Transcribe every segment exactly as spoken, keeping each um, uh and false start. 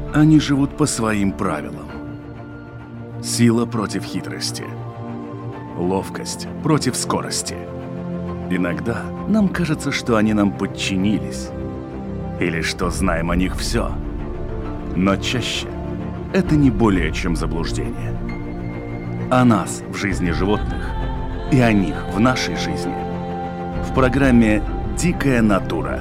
Они живут по своим правилам. Сила против хитрости. Ловкость против скорости. Иногда нам кажется, что они нам подчинились. Или что знаем о них все. Но чаще это не более чем заблуждение. О нас в жизни животных и о них в нашей жизни. В программе «Дикая натура».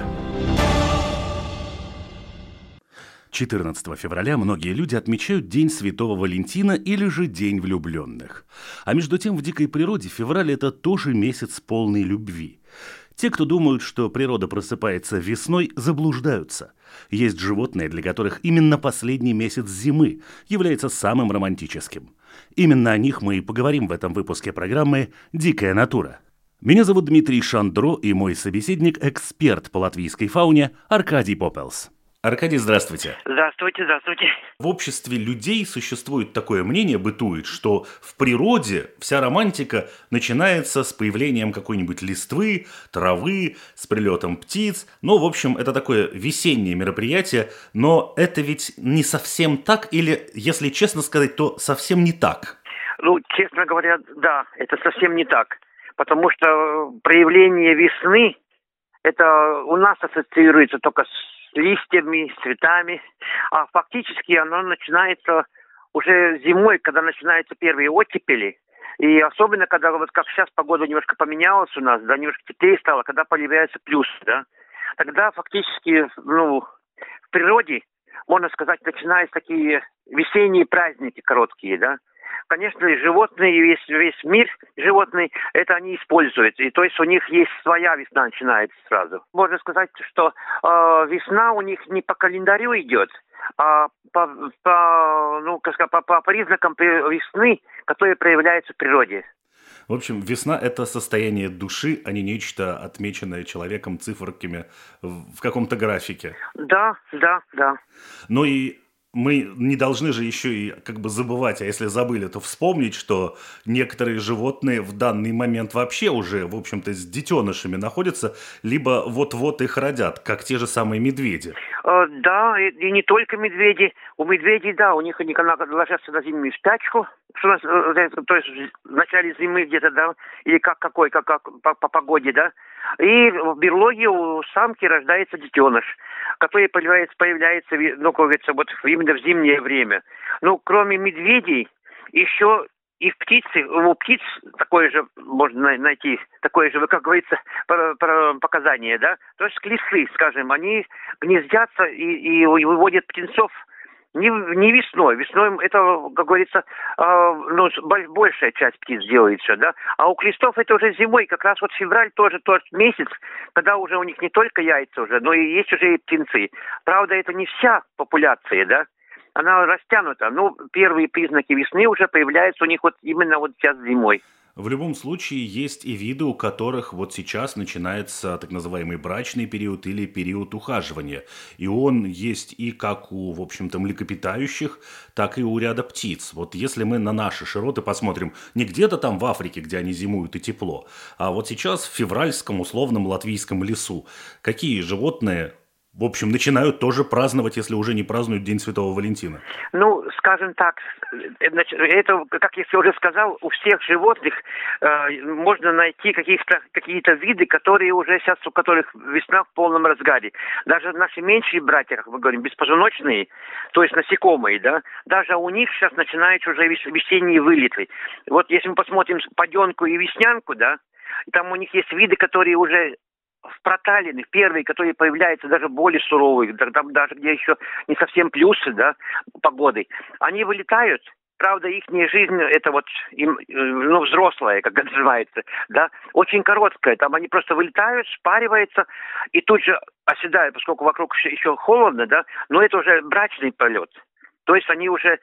четырнадцатого февраля многие люди отмечают День Святого Валентина или же День влюбленных. А между тем в дикой природе февраль – это тоже месяц полной любви. Те, кто думают, что природа просыпается весной, заблуждаются. Есть животные, для которых именно последний месяц зимы является самым романтическим. Именно о них мы и поговорим в этом выпуске программы «Дикая натура». Меня зовут Дмитрий Шандро, и мой собеседник – эксперт по латвийской фауне Аркадий Попелс. Аркадий, здравствуйте. Здравствуйте, здравствуйте. В обществе людей существует такое мнение, бытует, что в природе вся романтика начинается с появлением какой-нибудь листвы, травы, с прилетом птиц. Ну, в общем, это такое весеннее мероприятие, но это ведь не совсем так, или, если честно сказать, то совсем не так. Ну, честно говоря, да, это совсем не так, потому что проявление весны, это у нас ассоциируется только с листьями, с цветами, а фактически оно начинается уже зимой, когда начинаются первые оттепели, и особенно, когда вот как сейчас погода немножко поменялась у нас, да, немножко теплее стало, когда появляется плюс, да, тогда фактически, ну, в природе, можно сказать, начинаются такие весенние праздники короткие, да. Конечно, и животные, весь, весь мир животный, это они используют. И то есть у них есть своя весна начинается сразу. Можно сказать, что э, весна у них не по календарю идет, а по, по, ну, как сказать, по, по признакам весны, которые проявляются в природе. В общем, весна – это состояние души, а не нечто, отмеченное человеком циферками в каком-то графике. Да, да, да. Ну и мы не должны же еще и как бы забывать, а если забыли, то вспомнить, что некоторые животные в данный момент вообще уже, в общем-то, с детенышами находятся, либо вот-вот их родят, как те же самые медведи. Э, да, и, и не только медведи. У медведей, да, у них они ложатся на зимнюю спячку, что у нас, э, то есть в начале зимы где-то, да, или как какой, как, как по, по погоде, да. И в берлоге у самки рождается детеныш, который появляется, появляется, ну, как говорится, вот именно в зимнее время. Ну, кроме медведей, еще и в птице, у птиц такое же можно найти, такое же, как говорится, показание, да. То есть лисы, скажем, они гнездятся и, и выводят птенцов не, не весной. Весной это, как говорится, э, ну, большая часть птиц делается, да. А у крестов это уже зимой, как раз вот февраль тоже тот месяц, когда уже у них не только яйца уже, но и есть уже и птенцы. Правда, это не вся популяция, да. Она растянута. Ну, первые признаки весны уже появляются у них вот именно вот сейчас зимой. В любом случае, есть и виды, у которых вот сейчас начинается так называемый брачный период или период ухаживания. И он есть и как у, в общем-то, млекопитающих, так и у ряда птиц. Вот если мы на наши широты посмотрим, не где-то там в Африке, где они зимуют и тепло, а вот сейчас в февральском условном латвийском лесу, какие животные, в общем, начинают тоже праздновать, если уже не празднуют День Святого Валентина? Ну, скажем так, это, как я уже сказал, у всех животных э, можно найти каких-то, какие-то виды, которые уже сейчас, у которых весна в полном разгаре. Даже наши меньшие братья, как мы говорим, беспозвоночные, то есть насекомые, да, даже у них сейчас начинаются уже весенние вылеты. Вот если мы посмотрим паденку и веснянку, да, там у них есть виды, которые уже в проталины, первые, которые появляются даже более суровые, там даже где еще не совсем плюсы, да, погоды, они вылетают. Правда, их жизнь, это вот, им, ну, взрослая, как это называется, да, очень короткая. Там они просто вылетают, спариваются и тут же оседают, поскольку вокруг еще холодно, да, но это уже брачный полет. То есть они уже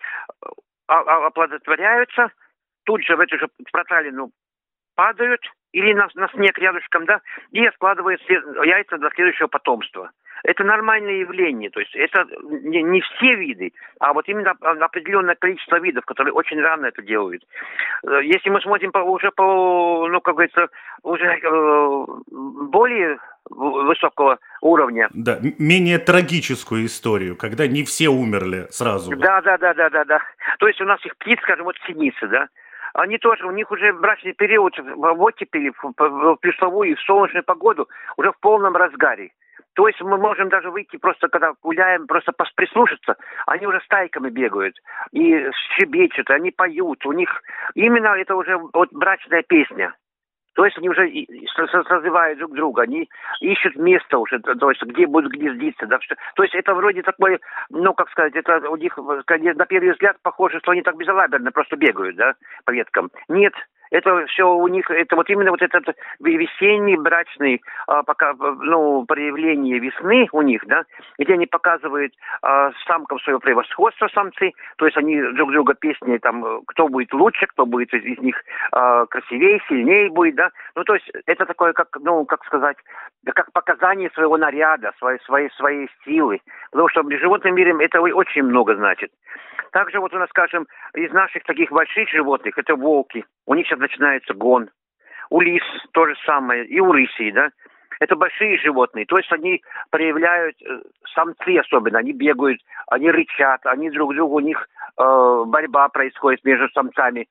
оплодотворяются, тут же в эту же проталину падают, или на, на снег рядышком, да, и откладывают яйца для следующего потомства. это нормальное явление. То есть это не, не все виды, а вот именно определенное количество видов, которые очень рано это делают. Если мы смотрим по, уже по, ну, как говорится, уже э, более высокого уровня. Да, менее трагическую историю, когда не все умерли сразу. Да, да, да, да, да, да. То есть у нас их птиц, скажем, вот синицы, да, они тоже, у них уже брачный период в оттепели, в плюсовую и в солнечную погоду уже в полном разгаре. То есть мы можем даже выйти просто, когда гуляем, просто прислушаться, они уже стайками бегают и щебечут, они поют, у них именно это уже вот брачная песня. То есть они уже созывают друг друга, они ищут место уже, то есть где будут гнездиться. Да, что, то есть это вроде такое, ну, как сказать, это у них, на первый взгляд, похоже, что они так безалаберно просто бегают, да, по веткам. Нет, это все у них, это вот именно вот этот весенний брачный, а, пока, ну, проявление весны у них, да, где они показывают а, самкам свое превосходство, самцы, то есть они друг друга песни, там, кто будет лучше, кто будет из, из них а, красивее, сильнее будет, да, ну, то есть это такое, как, ну, как сказать, как показание своего наряда, своей, своей, своей силы, потому что в животном мире это очень много значит. Также вот у нас, скажем, из наших таких больших животных, это волки, у них сейчас начинается гон. У лис то же самое, и у рысей, да. Это большие животные, то есть они проявляют, самцы особенно, они бегают, они рычат, они друг другу, у них э, борьба происходит между самцами.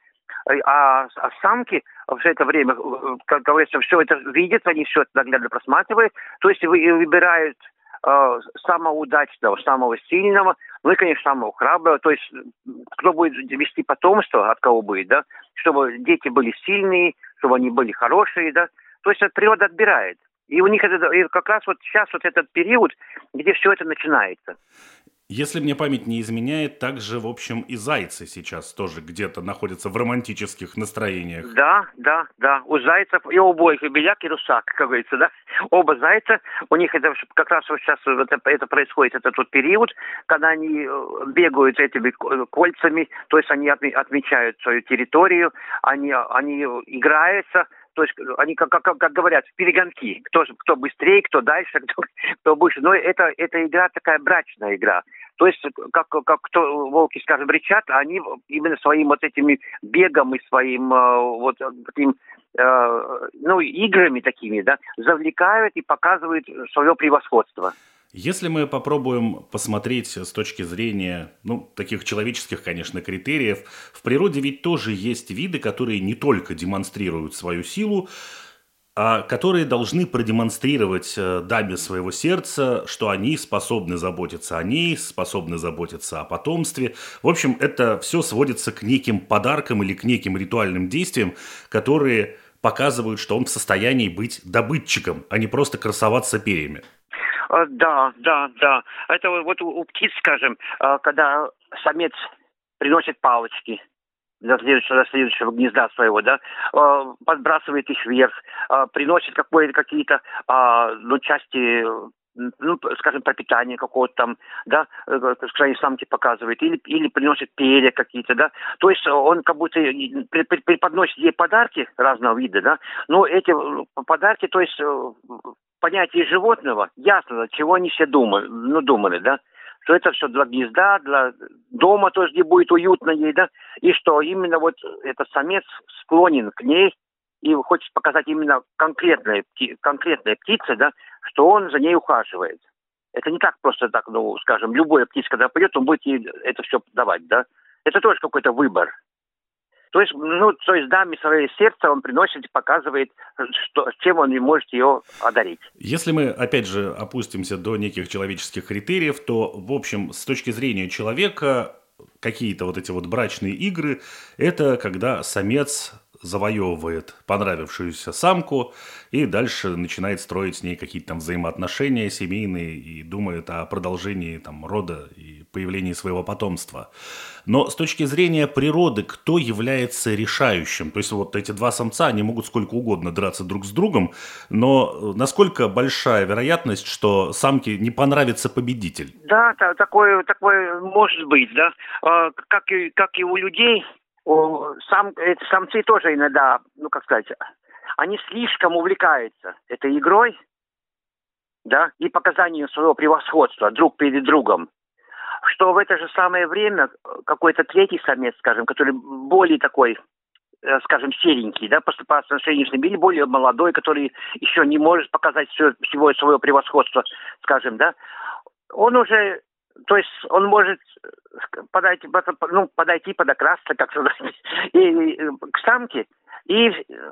А, а самки в это время, как говорится, все это видят, они все это наглядно просматривают, то есть вы, выбирают э, самого удачного, самого сильного, ну и, конечно, самого храброго, то есть кто будет вести потомство, от кого будет, да, чтобы дети были сильные, чтобы они были хорошие, да, то есть это природа отбирает. И у них это, и как раз вот сейчас вот этот период, где все это начинается. Если мне память не изменяет, также, в общем, и зайцы сейчас тоже где-то находятся в романтических настроениях. Да, да, да. У зайцев и у обоих, и беляк, и русак, как говорится, да. Оба зайца, у них это как раз вот сейчас это, это происходит, это тот период, когда они бегают этими кольцами, то есть они отмечают свою территорию, они, они играются. То есть они, как, как, как говорят, перегонки. Кто, кто быстрее, кто дальше, кто, кто выше. Но это, это игра такая брачная игра. То есть, как, как кто, волки, скажем, рычат, они именно своим вот этими бегом и своим вот таким, ну, играми такими, да, завлекают и показывают свое превосходство. Если мы попробуем посмотреть с точки зрения, ну, таких человеческих, конечно, критериев, в природе ведь тоже есть виды, которые не только демонстрируют свою силу, а которые должны продемонстрировать даме своего сердца, что они способны заботиться о ней, способны заботиться о потомстве. В общем, это все сводится к неким подаркам или к неким ритуальным действиям, которые показывают, что он в состоянии быть добытчиком, а не просто красоваться перьями. Да, да, да. Это вот у, у птиц, скажем, когда самец приносит палочки для следующего, для следующего гнезда своего, да, подбрасывает их вверх, приносит какие-то, ну, части, ну, скажем, пропитание какого-то там, да, скажем, самки показывает, или, или приносит перья какие-то, да, то есть он как будто преподносит ей подарки разного вида, да, но эти подарки, то есть понятие животного, ясно, чего они все думали, ну, думали, да, что это все для гнезда, для дома тоже, где будет уютно ей, да, и что именно вот этот самец склонен к ней и хочет показать именно конкретная, конкретная птица, да, что он за ней ухаживает. Это не так просто так, ну, скажем, любая птица, когда придет, он будет ей это все давать, да. Это тоже какой-то выбор. То есть, ну, то есть даме свое сердце он приносит и показывает, что, чем он может ее одарить. Если мы, опять же, опустимся до неких человеческих критериев, то, в общем, с точки зрения человека, какие-то вот эти вот брачные игры, это когда самец завоевывает понравившуюся самку и дальше начинает строить с ней какие-то там взаимоотношения семейные и думает о продолжении там рода и появлении своего потомства. Но с точки зрения природы, кто является решающим? То есть вот эти два самца, они могут сколько угодно драться друг с другом, но насколько большая вероятность, что самке не понравится победитель? Да, такое, такое может быть, да. Как и, как и у людей, сам, эти самцы тоже иногда, ну как сказать, они слишком увлекаются этой игрой, да, и показанию своего превосходства друг перед другом, что в это же самое время какой-то третий самец, скажем, который более такой, скажем, серенький, да, по отношению с ним, или более молодой, который еще не может показать все, всего своего превосходства, скажем, да, он уже, то есть он может подойти, ну, подойти, подокрасться, как сказать, и, к самке, и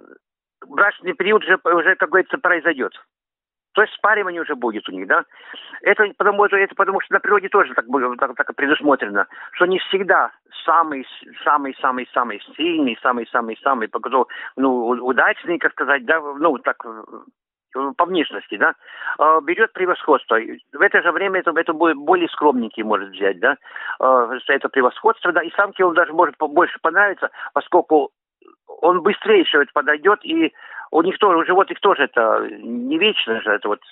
брачный период уже, уже, как говорится, произойдет. То есть спаривание уже будет у них, да. Это потому, это потому что на природе тоже так, так, так предусмотрено, что не всегда самый, самый, самый, самый сильный, самый, самый, самый, ну, удачный, как сказать, да, ну, так, по внешности, да, берет превосходство. В это же время это, это более скромненький может взять, да, это превосходство, да, и самке он даже может больше понравиться, поскольку он быстрее все это подойдет, и у них тоже, у животных тоже это не вечно же, это вот,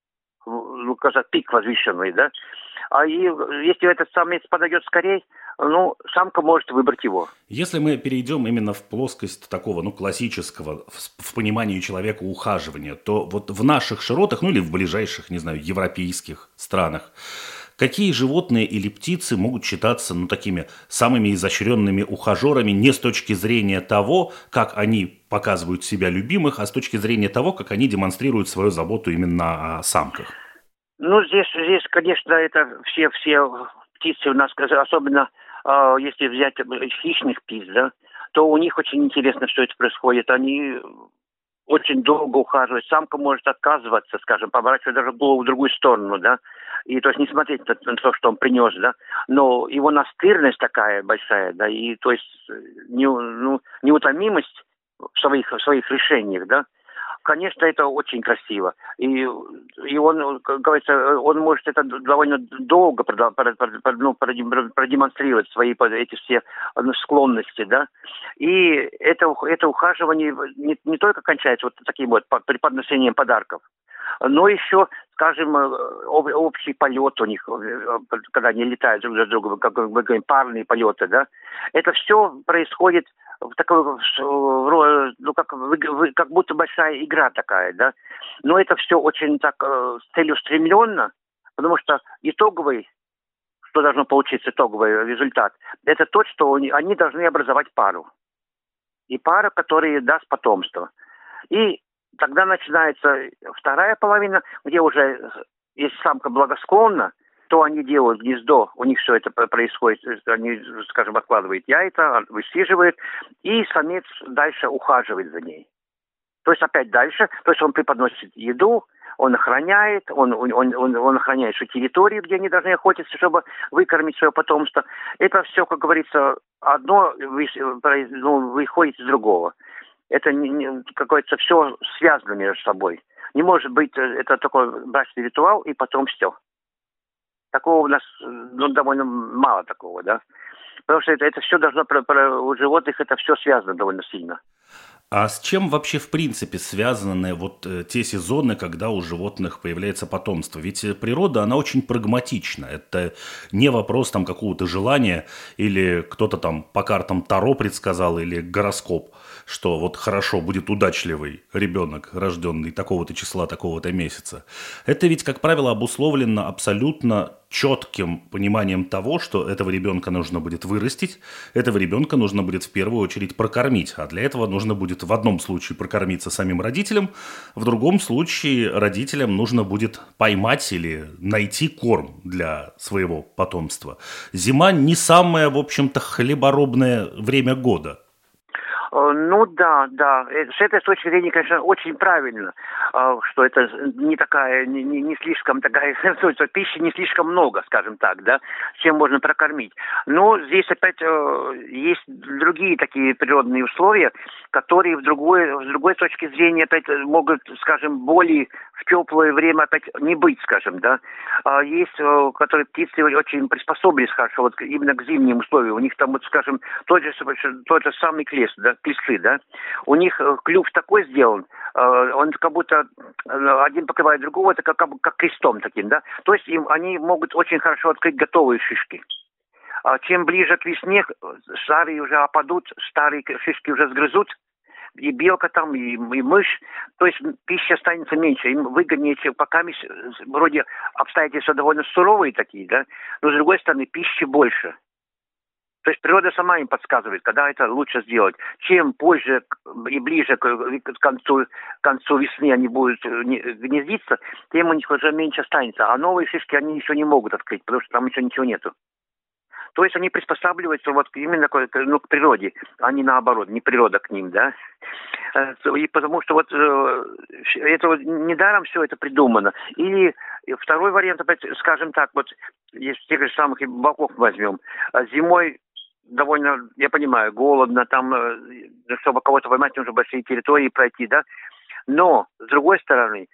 ну, кажется, пик возвышенный, да. А и если этот самец подойдет скорее, ну, самка может выбрать его. Если мы перейдем именно в плоскость такого, ну, классического, в, в понимании человека ухаживания, то вот в наших широтах, ну, или в ближайших, не знаю, европейских странах, какие животные или птицы могут считаться, ну, такими самыми изощренными ухажерами не с точки зрения того, как они показывают себя любимых, а с точки зрения того, как они демонстрируют свою заботу именно о самках? Ну, здесь, здесь, конечно, это все, все птицы у нас, особенно э, если взять хищных птиц, да, то у них очень интересно все это происходит. Они очень долго ухаживают. Самка может отказываться, скажем, поворачивать даже голову в другую сторону, да, и то есть не смотреть на, на то, что он принес, да, но его настырность такая большая, да, и то есть не, ну, неутомимость в своих, в своих решениях, да, конечно, это очень красиво. И, и он, как говорится, он может это довольно долго ну, продемонстрировать свои эти все склонности, да. И это, это ухаживание не, не только кончается вот таким вот преподношением подарков, но еще, скажем, общий полет у них, когда они летают друг за другом, как мы говорим, парные полеты, да. Это все происходит в такой, ну, как, как будто большая игра такая, да. Но это все очень так целеустремленно, потому что итоговый, что должно получиться итоговый результат, это то, что они должны образовать пару. И пара, которая даст потомство. И тогда начинается вторая половина, где уже, если самка благосклонна, то они делают гнездо, у них все это происходит, они, скажем, откладывают яйца, высиживают, и самец дальше ухаживает за ней. То есть опять дальше, то есть он преподносит еду, он охраняет, он, он, он, он охраняет всю территорию, где они должны охотиться, чтобы выкормить свое потомство. Это все, как говорится, одно ну, выходит из другого. Это не, не, какое-то все связано между собой. Не может быть, это такой брачный ритуал, и потом все. Такого у нас ну, довольно мало такого, да. Потому что это, это все должно, про, про, у животных это все связано довольно сильно. А с чем вообще в принципе связаны вот э, те сезоны, когда у животных появляется потомство? Ведь природа, она очень прагматична. Это не вопрос там какого-то желания или кто-то там по картам Таро предсказал или гороскоп, что вот хорошо, будет удачливый ребенок, рожденный такого-то числа, такого-то месяца. Это ведь, как правило, обусловлено абсолютно четким пониманием того, что этого ребенка нужно будет вырастить, этого ребенка нужно будет в первую очередь прокормить, а для этого нужно будет в одном случае прокормиться самим родителям, в другом случае родителям нужно будет поймать или найти корм для своего потомства. Зима не самое, в общем-то, хлеборобное время года. Ну да, да. С этой точки зрения, конечно, очень правильно, что это не такая, не, не слишком такая, пищи не слишком много, скажем так, да, чем можно прокормить. Но здесь опять есть другие такие природные условия, которые в другой, с другой точки зрения опять могут, скажем, более в теплое время опять не быть, скажем, да. Есть, которые птицы очень приспособились хорошо вот именно к зимним условиям. У них там, вот, скажем, тот же, тот же самый клес, да, клесы, да. У них клюв такой сделан, он как будто один покрывает другого, это как, как крестом таким, да. То есть им, они могут очень хорошо открыть готовые шишки. Чем ближе к весне, старые уже опадут, старые шишки уже сгрызут, и белка там, и, и мышь. То есть пищи останется меньше, им выгоднее, чем пока вроде обстоятельства довольно суровые такие, да, но с другой стороны пищи больше. То есть природа сама им подсказывает, когда это лучше сделать. Чем позже и ближе к концу, к концу весны они будут гнездиться, тем у них уже меньше останется. А новые шишки они еще не могут открыть, потому что там еще ничего нету. То есть они приспосабливаются вот именно к, ну, к природе, а не наоборот, не природа к ним, да. И потому что вот это вот недаром все это придумано. Или второй вариант, скажем так, вот из тех же самых боков возьмем. Зимой довольно, я понимаю, голодно, там, чтобы кого-то поймать, нужно большие территории пройти, да. Но, с другой стороны,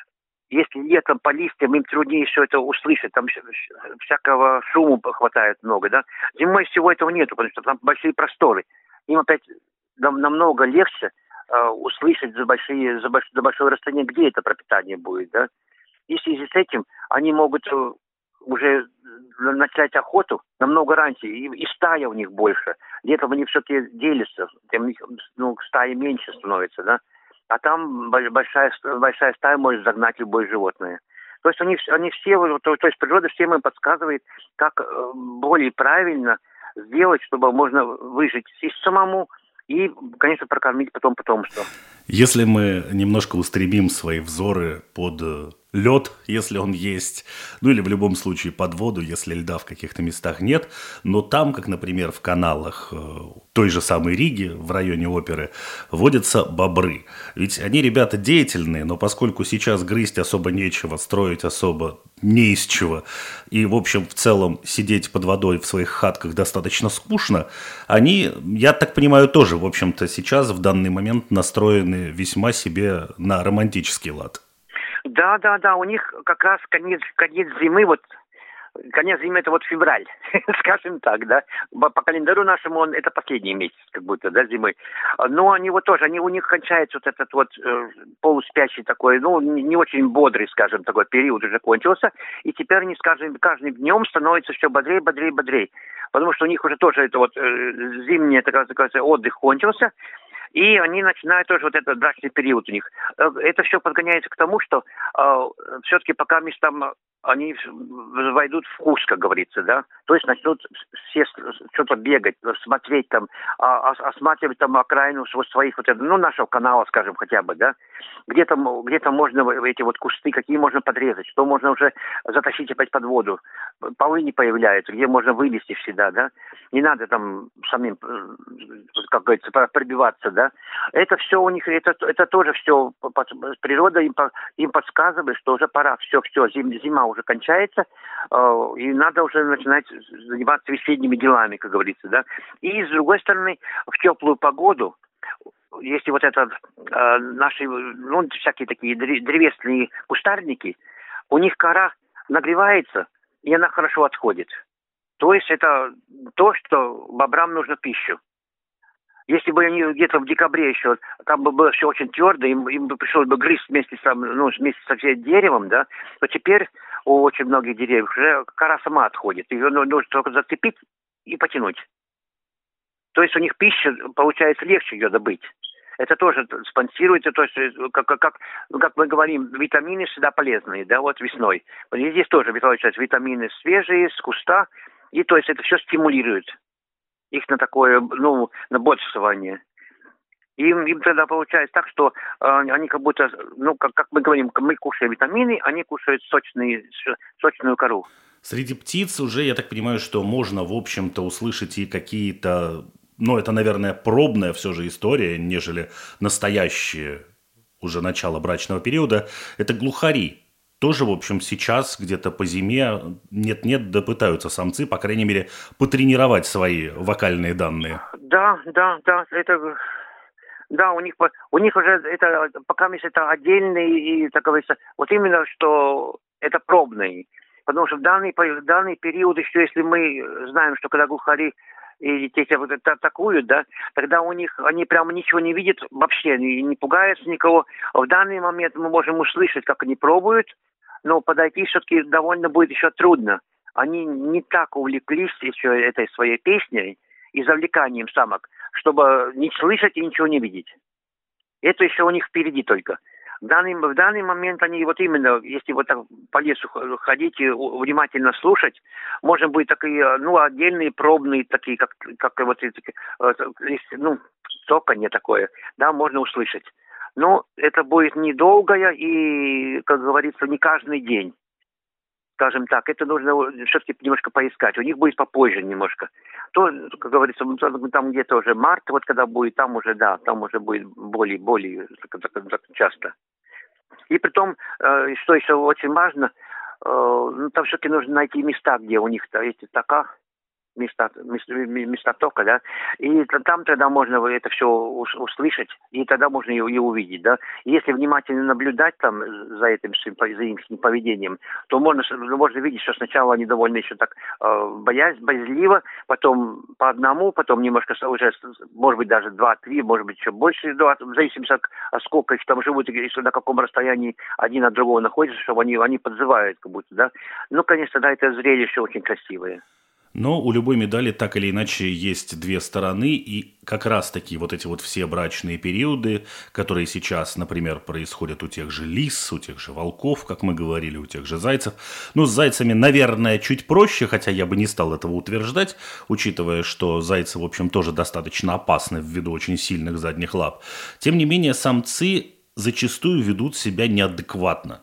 если летом по листьям им труднее все это услышать, там всякого шума хватает много, да. Зимой всего этого нету, потому что там большие просторы. Им опять намного легче э, услышать за большие, за, больш, за большое расстояние, где это пропитание будет, да. И в связи с этим они могут э, уже начать охоту намного раньше, и, и стая у них больше. Летом они все-таки делятся, тем ну, стаи меньше становится, да. А там большая, большая стая может загнать любое животное. То есть они, они все, то, то есть природа всем им подсказывает, как более правильно сделать, чтобы можно выжить и самому, и, конечно, прокормить потом потомство. Если мы немножко устремим свои взоры под лед, если он есть, ну или в любом случае под воду, если льда в каких-то местах нет, но там, как, например, в каналах той же самой Риги, в районе оперы, водятся бобры. Ведь они ребята деятельные, но поскольку сейчас грызть особо нечего, строить особо не из чего, и, в общем, в целом сидеть под водой в своих хатках достаточно скучно, они, я так понимаю, тоже, в общем-то, сейчас в данный момент настроены весьма себе на романтический лад. Да, да, да, у них как раз конец, конец зимы, вот конец зимы это вот февраль, скажем так, да. По календарю нашему он это последний месяц, как будто, да, зимы. Но они вот тоже, они у них кончается вот этот вот э, полуспящий такой, ну, не очень бодрый, скажем, такой период уже кончился. И теперь они, скажем, каждым днем становятся все бодрее, бодрее, бодрее. Потому что у них уже тоже это вот э, зимний, так сказать, отдых кончился. И они начинают тоже вот этот брачный период у них. Это все подгоняется к тому, что э, все-таки пока там они войдут в вкус, как говорится, да. То есть начнут все что-то бегать, смотреть там, а, осматривать там окраину своих, вот, ну, нашего канала, скажем, хотя бы, да. Где-то, где-то можно эти вот кусты, какие можно подрезать, что можно уже затащить опять под воду. Полы не появляются, где можно вылезти всегда, да. Не надо там самим, как говорится, пробиваться, да. Это все у них, это, это тоже все природа им, им подсказывает, что уже пора, все, все, зим, зима уже кончается, э, и надо уже начинать заниматься весенними делами, как говорится, да. И с другой стороны, в теплую погоду, если вот это э, наши, ну, всякие такие древесные кустарники, у них кора нагревается, и она хорошо отходит. То есть это то, что бобрам нужно пищу. Если бы они где-то в декабре еще, там бы было все очень твердо, им, им бы пришлось бы грызть вместе, с, ну, вместе со всем деревом, да, то теперь у очень многих деревьев уже кора сама отходит. Ее нужно только зацепить и потянуть. То есть у них пища, получается, легче ее добыть. Это тоже спонсируется, то есть, как, как, как мы говорим, витамины всегда полезные, да, вот весной. И здесь тоже, получается, витамины свежие, с куста, и то есть это все стимулирует их на такое, ну, на бодрствование. И им, им тогда получается так, что э, они как будто, ну, как, как мы говорим, мы кушаем витамины, они кушают сочные, сочную кору. Среди птиц уже, я так понимаю, что можно, в общем-то, услышать и какие-то, ну, это, наверное, пробная все же история, нежели настоящее уже начало брачного периода. Это глухари. Тоже, в общем, сейчас где-то по зиме нет-нет, да пытаются самцы, по крайней мере, потренировать свои вокальные данные. Да, да, да, это... Да, у них, у них уже это, пока это отдельный, и, так говорится, вот именно, что это пробный. Потому что в данный, в данный период, еще если мы знаем, что когда глухари и дети вот это атакуют, да, тогда у них, они прямо ничего не видят вообще, не, не пугаются никого. В данный момент мы можем услышать, как они пробуют, но подойти все-таки довольно будет еще трудно. Они не так увлеклись еще этой своей песней и завлеканием самок, чтобы не слышать и ничего не видеть. Это еще у них впереди только. В данный, в данный момент они вот именно, если вот так по лесу ходить и внимательно слушать, можно будет такие, ну, отдельные пробные такие, как, как вот эти, ну, цоканье такое, да, можно услышать. Но это будет недолгое и, как говорится, не каждый день. Скажем так, это нужно все-таки немножко поискать. У них будет попозже немножко. То, как говорится, там где-то уже март, вот когда будет, там уже, да, там уже будет более, более часто. И притом, что еще очень важно, ну, там все-таки нужно найти места, где у них эти така, места, места, места тока, да, и там тогда можно это все услышать, и тогда можно ее и увидеть, да. И если внимательно наблюдать там за этим, за их поведением, то можно, можно видеть, что сначала они довольно еще так э, боясь, боязливо, потом по одному, потом немножко уже, может быть, даже два-три, может быть, еще больше, да, в зависимости от сколько их там живут, и на каком расстоянии один от другого находятся, чтобы они, они подзывают как будто, да. Ну, конечно, да, это зрелище очень красивое. Но у любой медали так или иначе есть две стороны, и как раз-таки вот эти вот все брачные периоды, которые сейчас, например, происходят у тех же лис, у тех же волков, как мы говорили, у тех же зайцев. Ну, с зайцами, наверное, чуть проще, хотя я бы не стал этого утверждать, учитывая, что зайцы, в общем, тоже достаточно опасны ввиду очень сильных задних лап. Тем не менее, самцы зачастую ведут себя неадекватно.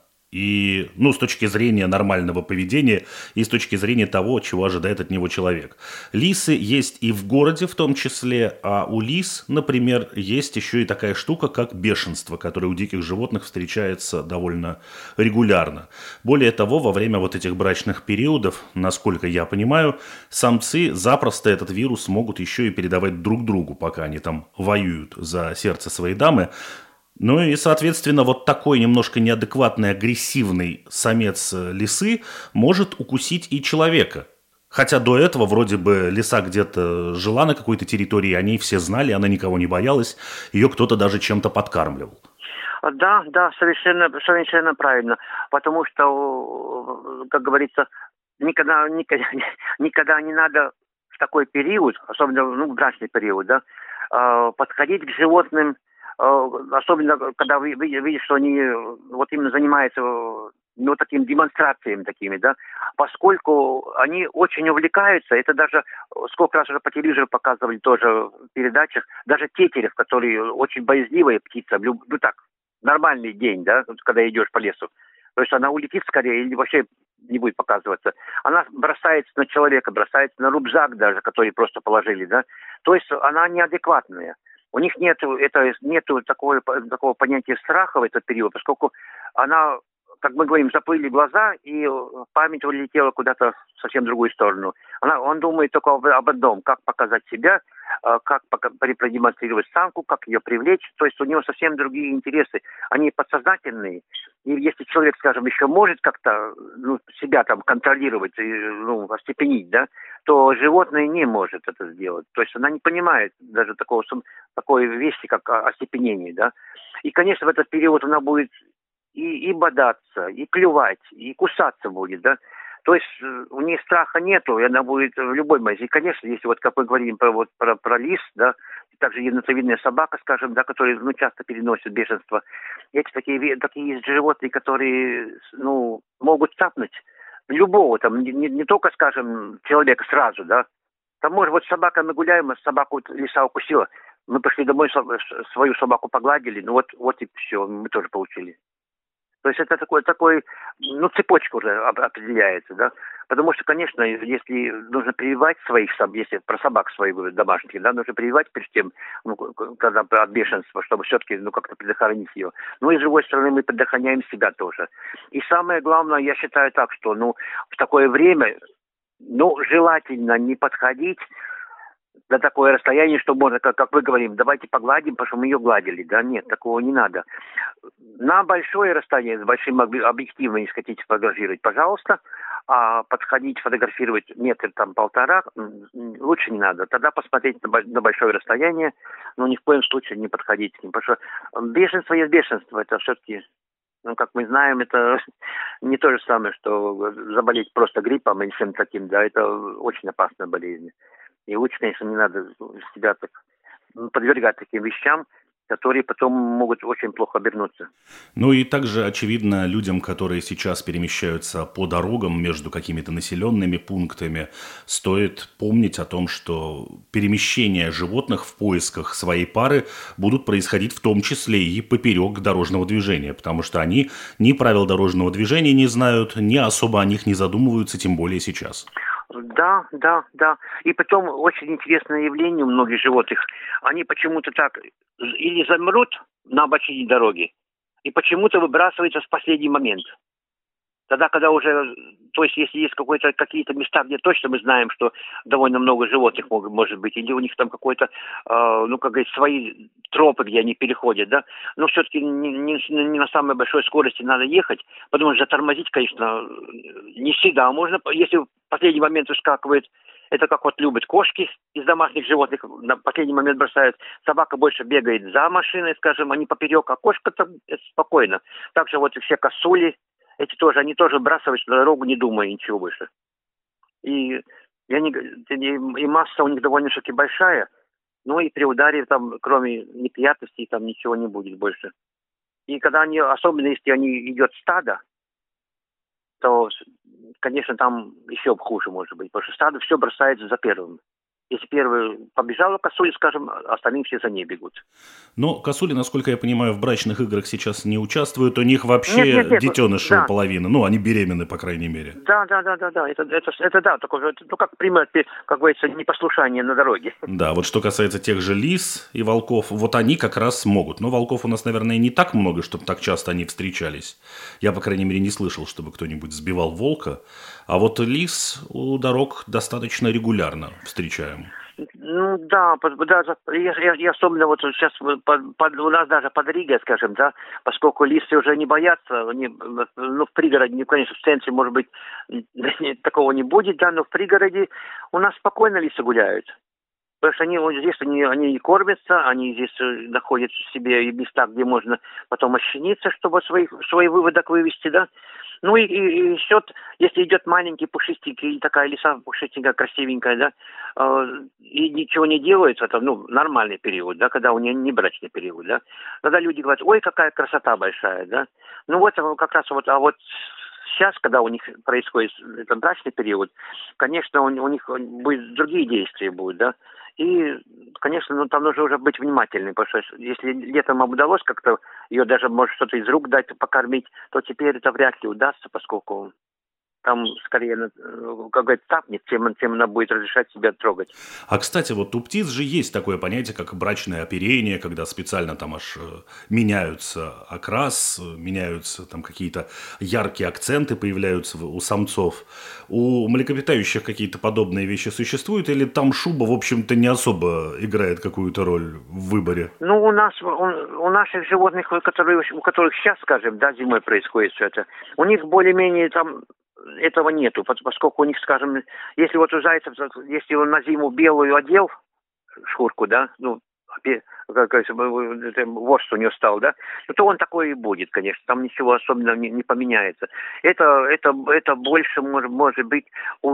И, ну, с точки зрения нормального поведения, и с точки зрения того, чего ожидает от него человек. Лисы есть и в городе в том числе, а у лис, например, есть еще и такая штука, как бешенство, которое у диких животных встречается довольно регулярно. Более того, во время вот этих брачных периодов, насколько я понимаю, самцы запросто этот вирус могут еще и передавать друг другу, пока они там воюют за сердце своей дамы. Ну и, соответственно, вот такой немножко неадекватный, агрессивный самец лисы может укусить и человека. Хотя до этого вроде бы лиса где-то жила на какой-то территории, о ней все знали, она никого не боялась, ее кто-то даже чем-то подкармливал. Да, да, совершенно, совершенно правильно, потому что, как говорится, никогда, никогда, никогда не надо в такой период, особенно ну, в брачный период, да, подходить к животным. Особенно, когда вы видите, что они вот именно занимаются ну, такими демонстрациями такими, да, поскольку они очень увлекаются, это даже сколько раз уже по телевизору показывали тоже в передачах, даже тетерев, которые очень боязливая птица, ну так, нормальный день, да, когда идешь по лесу, то есть она улетит скорее или вообще не будет показываться. Она бросается на человека, бросается на рюкзак даже, который просто положили, да, то есть она неадекватная. У них нету, это, нету такого, такого понятия страха в этот период, поскольку она, как мы говорим, заплыли глаза, и память улетела куда-то в совсем другую сторону. Она, он думает только об, об одном, как показать себя, как продемонстрировать самку, как ее привлечь. То есть у него совсем другие интересы. Они подсознательные. И если человек, скажем, еще может как-то ну, себя там контролировать, ну, остепенить, да, то животное не может это сделать. То есть она не понимает даже такого, такой вещи, как остепенение, да. И, конечно, в этот период она будет и, и бодаться, и клювать, и кусаться будет, да. То есть у нее страха нету, и она будет в любой мази. И, конечно, если вот как мы говорим про, вот, про, про лис, да, также единоцевидная собака, скажем, да, которые ну, часто переносят бешенство. Эти такие, такие есть животные, которые ну, могут цапнуть любого, там, не, не только, скажем, человека сразу, да. Там, может, вот собака, мы гуляем, а собаку лиса укусила. Мы пошли домой, свою собаку погладили, ну вот, вот и все, мы тоже получили. То есть это такой, такой, ну, цепочка уже определяется, да. Потому что, конечно, если нужно прививать своих собак, если про собак своих домашних, да, нужно прививать перед тем, ну, когда от бешенства, чтобы все-таки, ну, как-то предохранить ее. Ну, и с другой стороны, мы предохраняем себя тоже. И самое главное, я считаю так, что, ну, в такое время, ну, желательно не подходить на такое расстояние, что можно, как, как мы говорим, давайте погладим, потому что мы ее гладили. Да, нет, такого не надо. На большое расстояние, с большим объективом, если хотите фотографировать, пожалуйста, а подходить, фотографировать метр, там, полтора, лучше не надо. Тогда посмотреть на, на большое расстояние, но ни в коем случае не подходить к ним, потому что бешенство есть бешенство, это все-таки... Ну, как мы знаем, это не то же самое, что заболеть просто гриппом или чем-то таким, да, это очень опасная болезнь. И лучше, конечно, не надо себя так подвергать таким вещам. которые потом могут очень плохо обернуться. Ну и также, очевидно, людям, которые сейчас перемещаются по дорогам между какими-то населенными пунктами, стоит помнить о том, что перемещения животных в поисках своей пары будут происходить в том числе и поперек дорожного движения, потому что они ни правил дорожного движения не знают, ни особо о них не задумываются, тем более сейчас. Да, да, да. И потом очень интересное явление у многих животных. Они почему-то так или замрут на обочине дороги, и почему-то выбрасываются в последний момент. Тогда, когда уже, то есть, если есть какой-то, какие-то места, где точно мы знаем, что довольно много животных может, может быть, или у них там какой-то, э, ну, как говорится, свои тропы, где они переходят, да, но все-таки не, не, не на самой большой скорости надо ехать, потому что затормозить, конечно, не всегда. А можно, если в последний момент выскакивает, это как вот любят кошки из домашних животных, на последний момент бросают. Собака больше бегает за машиной, скажем, а не поперек, а кошка-то спокойно. Также вот и все косули, эти тоже, они тоже бросаются на дорогу, не думая ничего больше. И, и, они, и масса у них довольно-таки большая, ну и при ударе там, кроме неприятностей, там ничего не будет больше. И когда они, особенно если они идет стадо, то, конечно, там еще хуже может быть, потому что стадо все бросается за первым. Если первый побежала косуля, скажем, остальные все за ней бегут. Но косули, насколько я понимаю, в брачных играх сейчас не участвуют. У них вообще нет, нет, нет, детеныши да. половина. Ну, они беременны, по крайней мере. Да, да, да, да, да. Это, это, это да, такое, ну, как пример, как говорится, непослушание на дороге. Да, вот что касается тех же лис и волков, вот они как раз могут. Но волков у нас, наверное, не так много, чтобы так часто они встречались. Я, по крайней мере, не слышал, чтобы кто-нибудь сбивал волка. А вот лис у дорог достаточно регулярно встречаем. Ну да, да, и особенно вот сейчас под, под, у нас даже под Ригой, скажем, да, поскольку лисы уже не боятся, они, ну в пригороде, конечно, в центре, может быть, такого не будет, да, но в пригороде у нас спокойно лисы гуляют. Потому что они вот здесь они, они кормятся, они здесь находят себе места, где можно потом ощениться, чтобы свои, свой выводок вывести, да. Ну и, и, и счет, если идет маленький, пушистенький, такая лиса пушистенькая, красивенькая, да, э, и ничего не делает, это, ну, нормальный период, да, когда у нее не брачный период, да. Тогда люди говорят, ой, какая красота большая, да. Ну вот как раз вот, а вот сейчас, когда у них происходит этот брачный период, конечно, у, у них будет другие действия будут, да. И, конечно, ну, там нужно уже быть внимательным, потому что если летом удалось как-то ее даже, может, что-то из рук дать, покормить, то теперь это вряд ли удастся, поскольку там скорее, как говорится, тапнет, тем, тем она будет разрешать себя трогать. А, кстати, вот у птиц же есть такое понятие, как брачное оперение, когда специально там аж меняются окрас, меняются там какие-то яркие акценты появляются у самцов. У млекопитающих какие-то подобные вещи существуют, или там шуба, в общем-то, не особо играет какую-то роль в выборе? Ну, у нас, у, у наших животных, у которых, у которых сейчас, скажем, да, зимой происходит все это, у них более-менее там этого нету, поскольку у них, скажем, если вот у зайцев, если он на зиму белую одел, шкурку, да, ну, как ворс у него стал, да, то он такой и будет, конечно, там ничего особенного не, не поменяется. Это, это, это больше может, может быть у,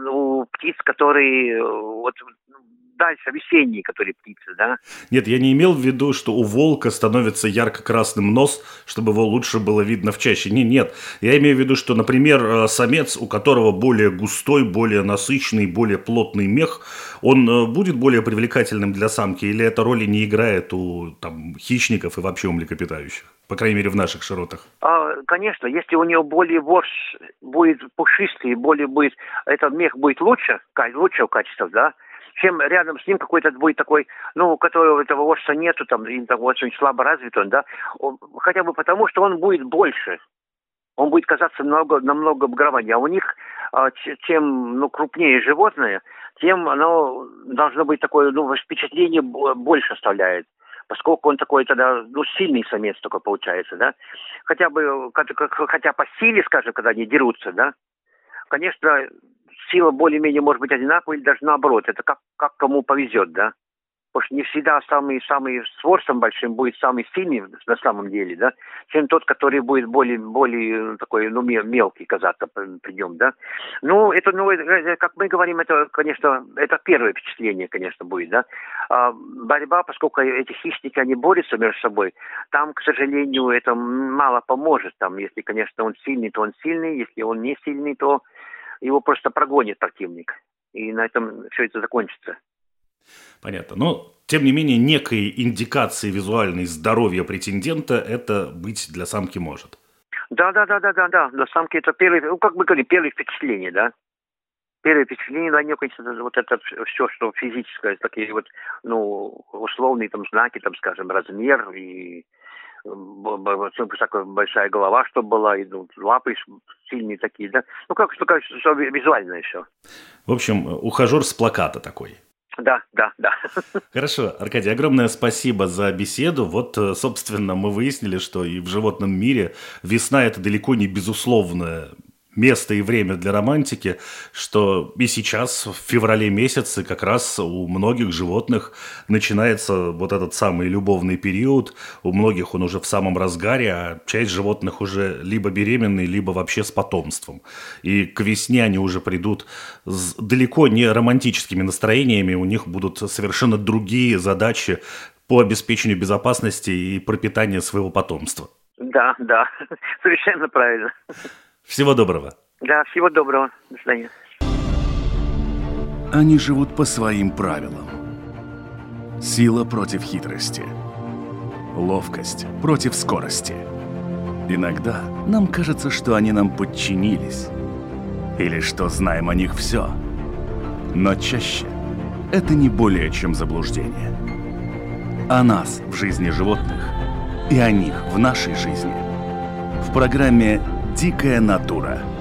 у птиц, которые вот дальше весенние, которые птицы, да. Нет, я не имел в виду, что у волка становится ярко-красным нос, чтобы его лучше было видно в чаще. Не, нет, я имею в виду, что, например, самец, у которого более густой, более насыщенный, более плотный мех, он будет более привлекательным для самки, или эта роль не играет у там, хищников и вообще у млекопитающих? По крайней мере, в наших широтах. А, конечно, если у него более ворс будет пушистый, более будет, этот мех будет лучше, лучшего качества, да, чем рядом с ним какой-то будет такой, ну, у которого этого ворса нету, там, или там очень слабо развит он, да, он, хотя бы потому, что он будет больше, он будет казаться намного, намного багрованнее, а у них, а, чем, ну, крупнее животное, тем оно должно быть такое, ну, впечатление больше оставляет, поскольку он такой тогда, ну, сильный самец такой получается, да, хотя бы, хотя по силе, скажем, когда они дерутся, да, конечно, сила более-менее может быть одинаковая или даже наоборот. Это как, как кому повезет, да. Потому что не всегда самый, самый с ворстом большим будет самый сильный на самом деле, да, чем тот, который будет более, более такой, ну, мелкий казаться при нем, да. Ну, это, ну, как мы говорим, это, конечно, это первое впечатление, конечно, будет, да. А борьба, поскольку эти хищники, они борются между собой, там, к сожалению, это мало поможет. Там, если, конечно, он сильный, то он сильный, если он не сильный, то его просто прогонит противник. И на этом все это закончится. Понятно. Но, тем не менее, некой индикации визуальной здоровья претендента это быть для самки может. Да, да, да, да, да, да. Для самки это первое, ну, как мы говорим, первое впечатление, да. Первое впечатление для нее, конечно, вот это все, что физическое, такие вот, ну, условные там знаки, там, скажем, размер и такая большая голова, чтобы была, и ну, лапы сильные такие, да. Ну, как что, как, что визуальное все. В общем, ухажер с плаката такой. Да, да, да. Хорошо, Аркадий, огромное спасибо за беседу. Вот, собственно, мы выяснили, что и в животном мире весна – это далеко не безусловное место и время для романтики, что и сейчас, в феврале месяце, как раз у многих животных начинается вот этот самый любовный период. У многих он уже в самом разгаре, а часть животных уже либо беременны, либо вообще с потомством. И к весне они уже придут с далеко не романтическими настроениями, у них будут совершенно другие задачи по обеспечению безопасности и пропитания своего потомства. Да, да, совершенно правильно. Всего доброго. Да, всего доброго. До свидания. Они живут по своим правилам. Сила против хитрости. Ловкость против скорости. Иногда нам кажется, что они нам подчинились. Или что знаем о них все. Но чаще это не более чем заблуждение. О нас в жизни животных и о них в нашей жизни. В программе «Дикая натура».